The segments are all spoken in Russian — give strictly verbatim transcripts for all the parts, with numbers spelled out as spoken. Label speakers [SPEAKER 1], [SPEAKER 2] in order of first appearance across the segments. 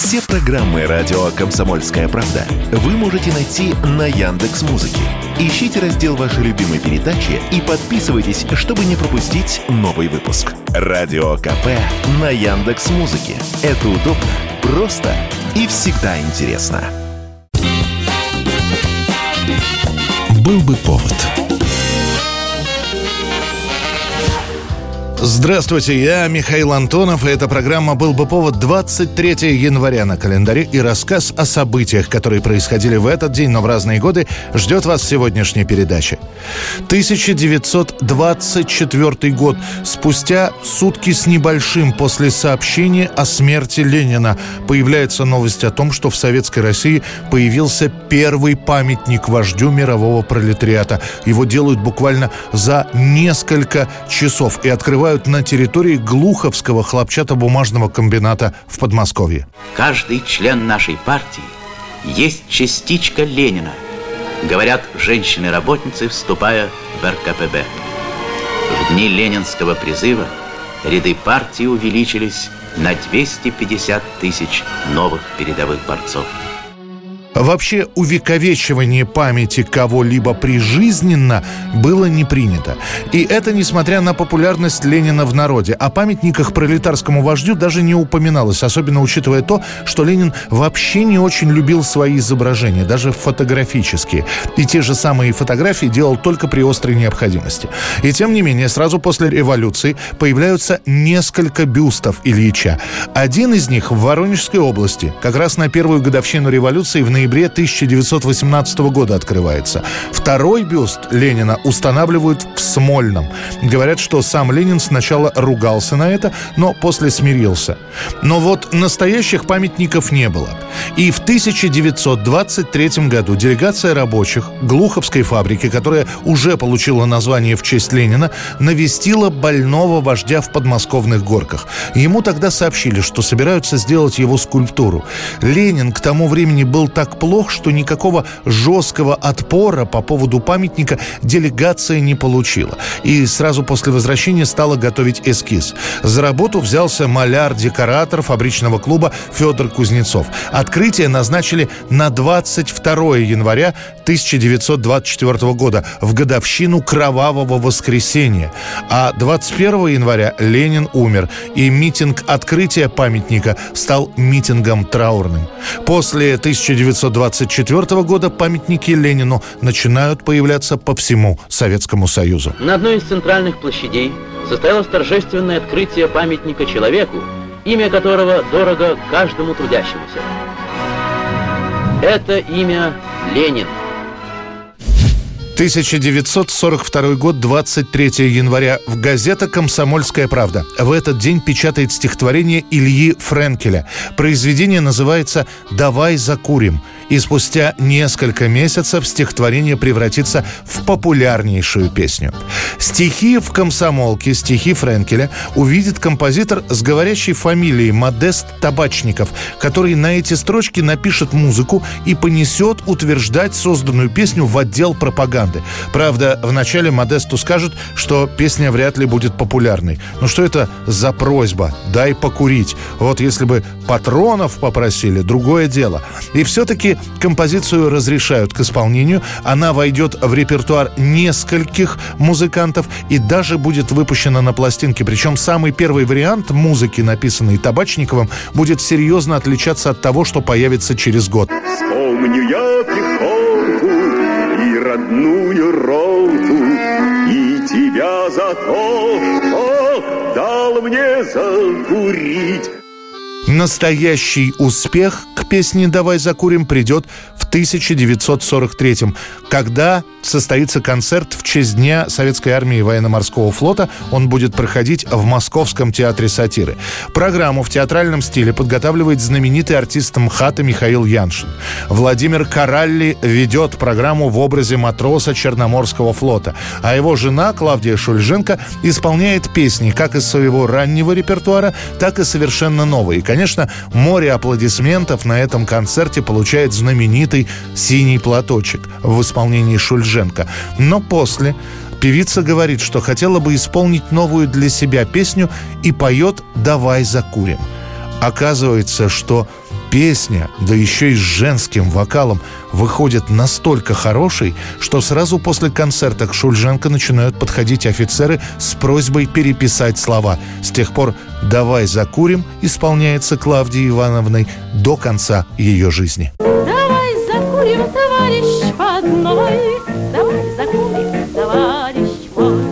[SPEAKER 1] Все программы радио «Комсомольская правда» вы можете найти на Яндекс.Музыке. Ищите раздел вашей любимой передачи и подписывайтесь, чтобы не пропустить новый выпуск. Радио КП на Яндекс.Музыке. Это удобно, просто и всегда интересно.
[SPEAKER 2] Был бы повод. Здравствуйте, я Михаил Антонов, и эта программа «Был бы повод». Двадцать третьего января на календаре, и рассказ о событиях, которые происходили в этот день, но в разные годы, ждет вас в сегодняшней передаче. тысяча девятьсот двадцать четвёртый год. Спустя сутки с небольшим после сообщения о смерти Ленина появляется новость о том, что в Советской России появился первый памятник вождю мирового пролетариата. Его делают буквально за несколько часов и открывают на территории Глуховского хлопчатобумажного комбината в Подмосковье.
[SPEAKER 3] Каждый член нашей партии есть частичка Ленина, говорят женщины-работницы, вступая в эр ка пэ бэ. В дни ленинского призыва ряды партии увеличились на двести пятьдесят тысяч новых передовых борцов.
[SPEAKER 2] Вообще, увековечивание памяти кого-либо прижизненно было не принято. И это несмотря на популярность Ленина в народе. О памятниках пролетарскому вождю даже не упоминалось, особенно учитывая то, что Ленин вообще не очень любил свои изображения, даже фотографические. И те же самые фотографии делал только при острой необходимости. И тем не менее, сразу после революции появляются несколько бюстов Ильича. Один из них в Воронежской области, как раз на первую годовщину революции в ноябре В ноябре тысяча девятьсот восемнадцатого года открывается. Второй бюст Ленина устанавливают в Смольном. Говорят, что сам Ленин сначала ругался на это, но после смирился. Но вот настоящих памятников не было. И в тысяча девятьсот двадцать третьем году делегация рабочих Глуховской фабрики, которая уже получила название в честь Ленина, навестила больного вождя в подмосковных горках. Ему тогда сообщили, что собираются сделать его скульптуру. Ленин к тому времени был так плох, что никакого жесткого отпора по поводу памятника делегация не получила. И сразу после возвращения стала готовить эскиз. За работу взялся маляр-декоратор фабричного клуба Федор Кузнецов. Открытие назначили на двадцать второго января тысяча девятьсот двадцать четвёртого года, в годовщину Кровавого воскресенья. А двадцать первого января Ленин умер, и митинг открытия памятника стал митингом траурным. После тысяча девятьсот двадцать четвёртого года памятники Ленину начинают появляться по всему Советскому Союзу.
[SPEAKER 3] На одной из центральных площадей состоялось торжественное открытие памятника человеку, имя которого дорого каждому трудящемуся. Это имя Ленин.
[SPEAKER 2] тысяча девятьсот сорок второй год, двадцать третьего января. В газета «Комсомольская правда» в этот день печатает стихотворение Ильи Френкеля. Произведение называется «Давай закурим». И спустя несколько месяцев стихотворение превратится в популярнейшую песню. Стихи в «Комсомолке», стихи Френкеля увидит композитор с говорящей фамилией Модест Табачников, который на эти строчки напишет музыку и понесет утверждать созданную песню в отдел пропаганды. Правда, вначале Модесту скажут, что песня вряд ли будет популярной. Ну что это за просьба? Дай покурить. Вот если бы патронов попросили, другое дело. И все-таки композицию разрешают к исполнению. Она войдет в репертуар нескольких музыкантов и даже будет выпущена на пластинке. Причем самый первый вариант музыки, написанный Табачниковым, будет серьезно отличаться от того, что появится через год.
[SPEAKER 4] Вспомню я пехоту и родную роту, и тебя за то, что дал мне закурить.
[SPEAKER 2] Настоящий успех к песне «Давай закурим» придет в тысяча девятьсот сорок третьем, когда состоится концерт в честь Дня Советской армии и военно-морского флота. Он будет проходить в Московском театре сатиры. Программу в театральном стиле подготавливает знаменитый артист МХАТа Михаил Яншин. Владимир Коралли ведет программу в образе матроса Черноморского флота, а его жена Клавдия Шульженко исполняет песни как из своего раннего репертуара, так и совершенно новые. И, конечно, море аплодисментов на этом концерте получает знаменитый «Синий платочек» в исполнении Шульженко. Но после певица говорит, что хотела бы исполнить новую для себя песню и поет «Давай закурим». Оказывается, что Песня, да еще и с женским вокалом, выходит настолько хорошей, что сразу после концерта к Шульженко начинают подходить офицеры с просьбой переписать слова. С тех пор «Давай закурим» исполняется Клавдией Ивановной до конца ее жизни.
[SPEAKER 5] Давай закурим, товарищ родной, давай закурим, товарищ мой.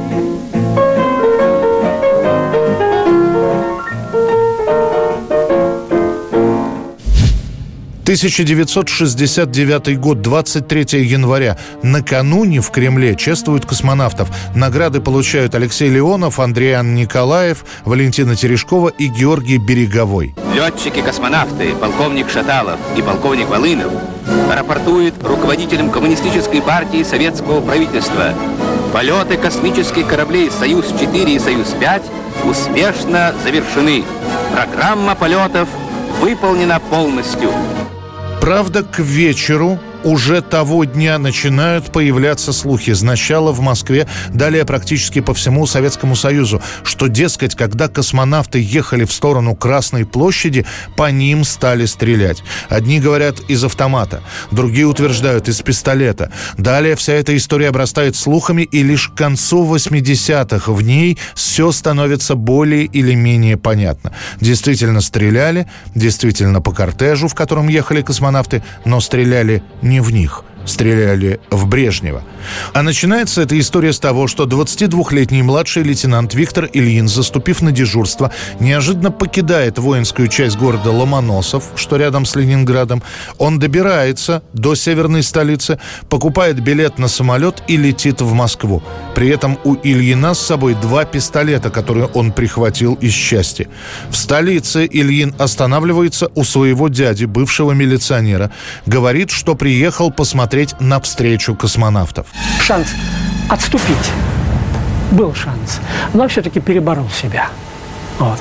[SPEAKER 2] тысяча девятьсот шестьдесят девятый год, двадцать третьего января. Накануне в Кремле чествуют космонавтов. Награды получают Алексей Леонов, Андриан Николаев, Валентина Терешкова и Георгий Береговой.
[SPEAKER 6] Летчики-космонавты, полковник Шаталов и полковник Волынов рапортуют руководителям Коммунистической партии советского правительства. Полеты космических кораблей «Союз-четыре» и «Союз-пять» успешно завершены. Программа полетов выполнена полностью.
[SPEAKER 2] Правда, к вечеру уже того дня начинают появляться слухи. Сначала в Москве, далее практически по всему Советскому Союзу, что, дескать, когда космонавты ехали в сторону Красной площади, по ним стали стрелять. Одни говорят из автомата, другие утверждают из пистолета. Далее вся эта история обрастает слухами, и лишь к концу восьмидесятых в ней все становится более или менее понятно. Действительно стреляли, действительно по кортежу, в котором ехали космонавты, но стреляли не в них. Стреляли в Брежнева. А начинается эта история с того, что двадцатидвухлетний младший лейтенант Виктор Ильин, заступив на дежурство, неожиданно покидает воинскую часть города Ломоносов, что рядом с Ленинградом. Он добирается до северной столицы, покупает билет на самолет и летит в Москву. При этом у Ильина с собой два пистолета, которые он прихватил из части. В столице Ильин останавливается у своего дяди, бывшего милиционера. Говорит, что приехал посмотреть на встречу космонавтов.
[SPEAKER 7] Шанс отступить. Был шанс. Но все-таки переборол себя. Вот.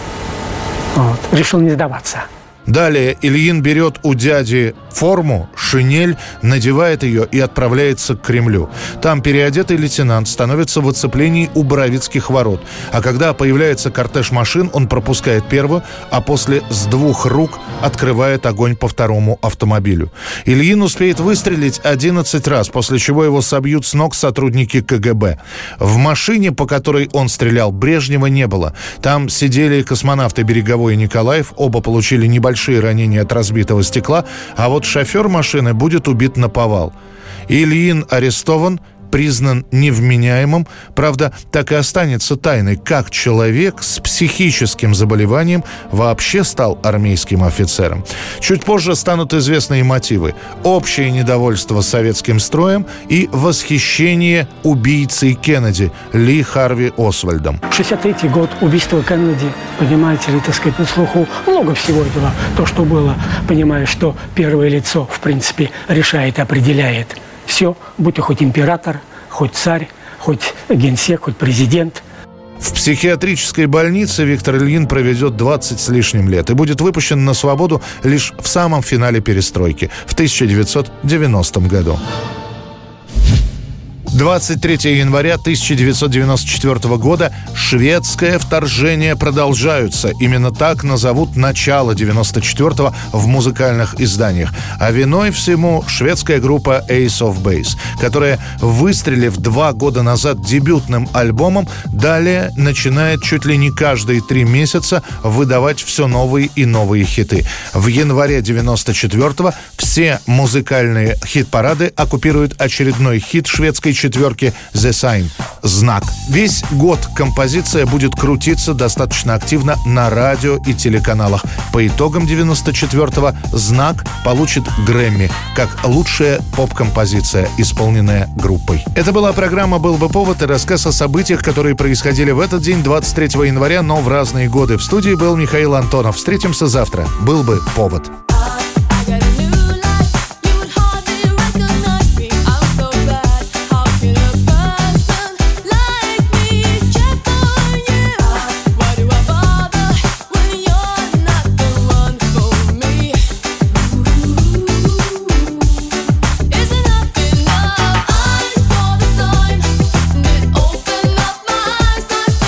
[SPEAKER 7] Вот. Решил не сдаваться.
[SPEAKER 2] Далее Ильин берет у дяди форму, шинель, надевает ее и отправляется к Кремлю. Там переодетый лейтенант становится в оцеплении у Боровицких ворот. А когда появляется кортеж машин, он пропускает первую, а после с двух рук открывает огонь по второму автомобилю. Ильин успеет выстрелить одиннадцать раз, после чего его собьют с ног сотрудники ка гэ бэ. В машине, по которой он стрелял, Брежнева не было. Там сидели космонавты Береговой и Николаев, оба получили небольшие ранения от разбитого стекла, а вот шофер машины будет убит наповал. Ильин арестован, признан невменяемым. Правда, так и останется тайной, как человек с психическим заболеванием вообще стал армейским офицером. Чуть позже станут известны и мотивы. Общее недовольство советским строем и восхищение убийцей Кеннеди Ли Харви Освальдом.
[SPEAKER 7] шестьдесят третий год, убийство Кеннеди, понимаете ли, так сказать, на слуху много всего этого. То, что было, понимаешь, что первое лицо, в принципе, решает, определяет все, будь то хоть император, хоть царь, хоть генсек, хоть президент.
[SPEAKER 2] В психиатрической больнице Виктор Ильин проведет двадцать с лишним лет и будет выпущен на свободу лишь в самом финале перестройки в тысяча девятьсот девяностом году. двадцать третьего января тысяча девятьсот девяносто четвёртого года шведское вторжение продолжаются. Именно так назовут начало девяносто четвёртого в музыкальных изданиях. А виной всему шведская группа Ace of Base, которая, выстрелив два года назад дебютным альбомом, далее начинает чуть ли не каждые три месяца выдавать все новые и новые хиты. В январе девяносто четвёртого все музыкальные хит-парады оккупирует очередной хит шведской четверки The Sign – «Знак». Весь год композиция будет крутиться достаточно активно на радио и телеканалах. По итогам девяносто четвёртого «Знак» получит Грэмми как лучшая поп-композиция, исполненная группой. Это была программа «Был бы повод» и рассказ о событиях, которые происходили в этот день, двадцать третьего января, но в разные годы. В студии был Михаил Антонов. Встретимся завтра. «Был бы повод».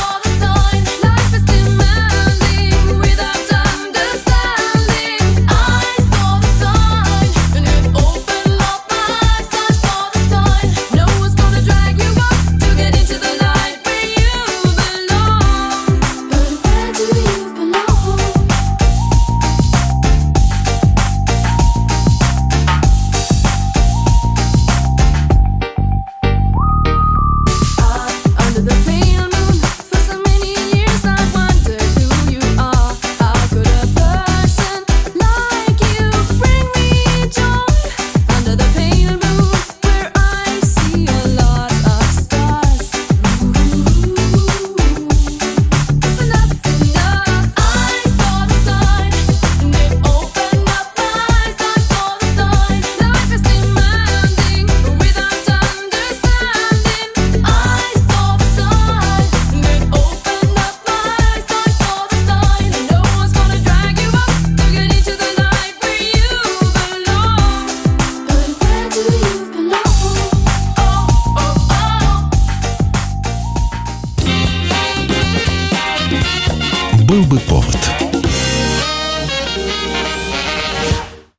[SPEAKER 8] Understanding, I'm
[SPEAKER 1] был бы повод.